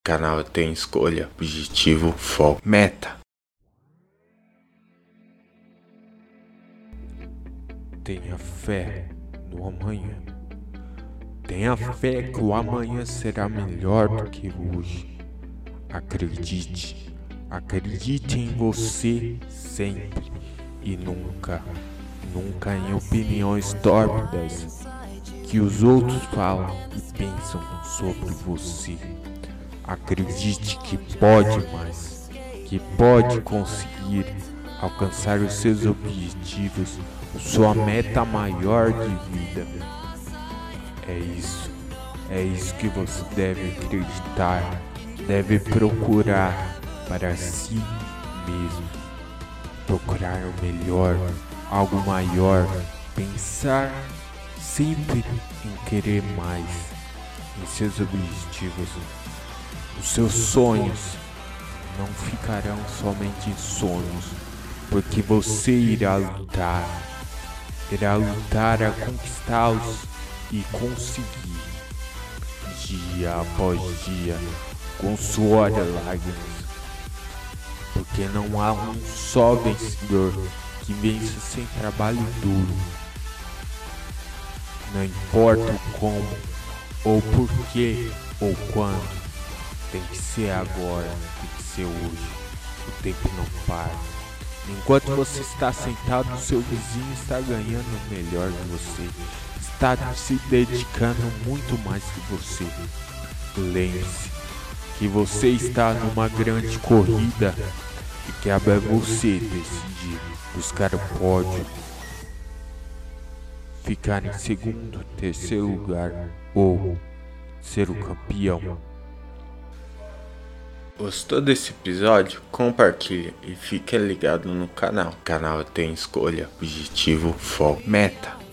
Canal tem escolha, objetivo, foco, meta. Tenha fé no amanhã. Tenha fé que o amanhã será melhor do que hoje. Acredite. Acredite em você sempre e nunca em opiniões tórpidas que os outros falam e pensam sobre você. Acredite que pode mais, que pode conseguir alcançar os seus objetivos, sua meta maior de vida. É isso que você deve acreditar, deve procurar para si mesmo. Procurar o melhor, algo maior, pensar sempre em querer mais, em seus objetivos. Os seus sonhos não ficarão somente em sonhos, porque você irá lutar a conquistá-los e conseguir, dia após dia, com suor e lágrimas, porque não há um só vencedor que vença sem trabalho duro. Não importa o como, ou porquê, ou quando, tem que ser agora, tem que ser hoje. O tempo não para. Enquanto você está sentado, seu vizinho está ganhando melhor que você, está se dedicando muito mais que você. Lembre-se que você está numa grande corrida e que cabe a você decidir buscar o pódio, ficar em segundo, terceiro lugar ou ser o campeão. Gostou desse episódio? Compartilhe e fique ligado no canal. O canal tem escolha, objetivo, foco, meta.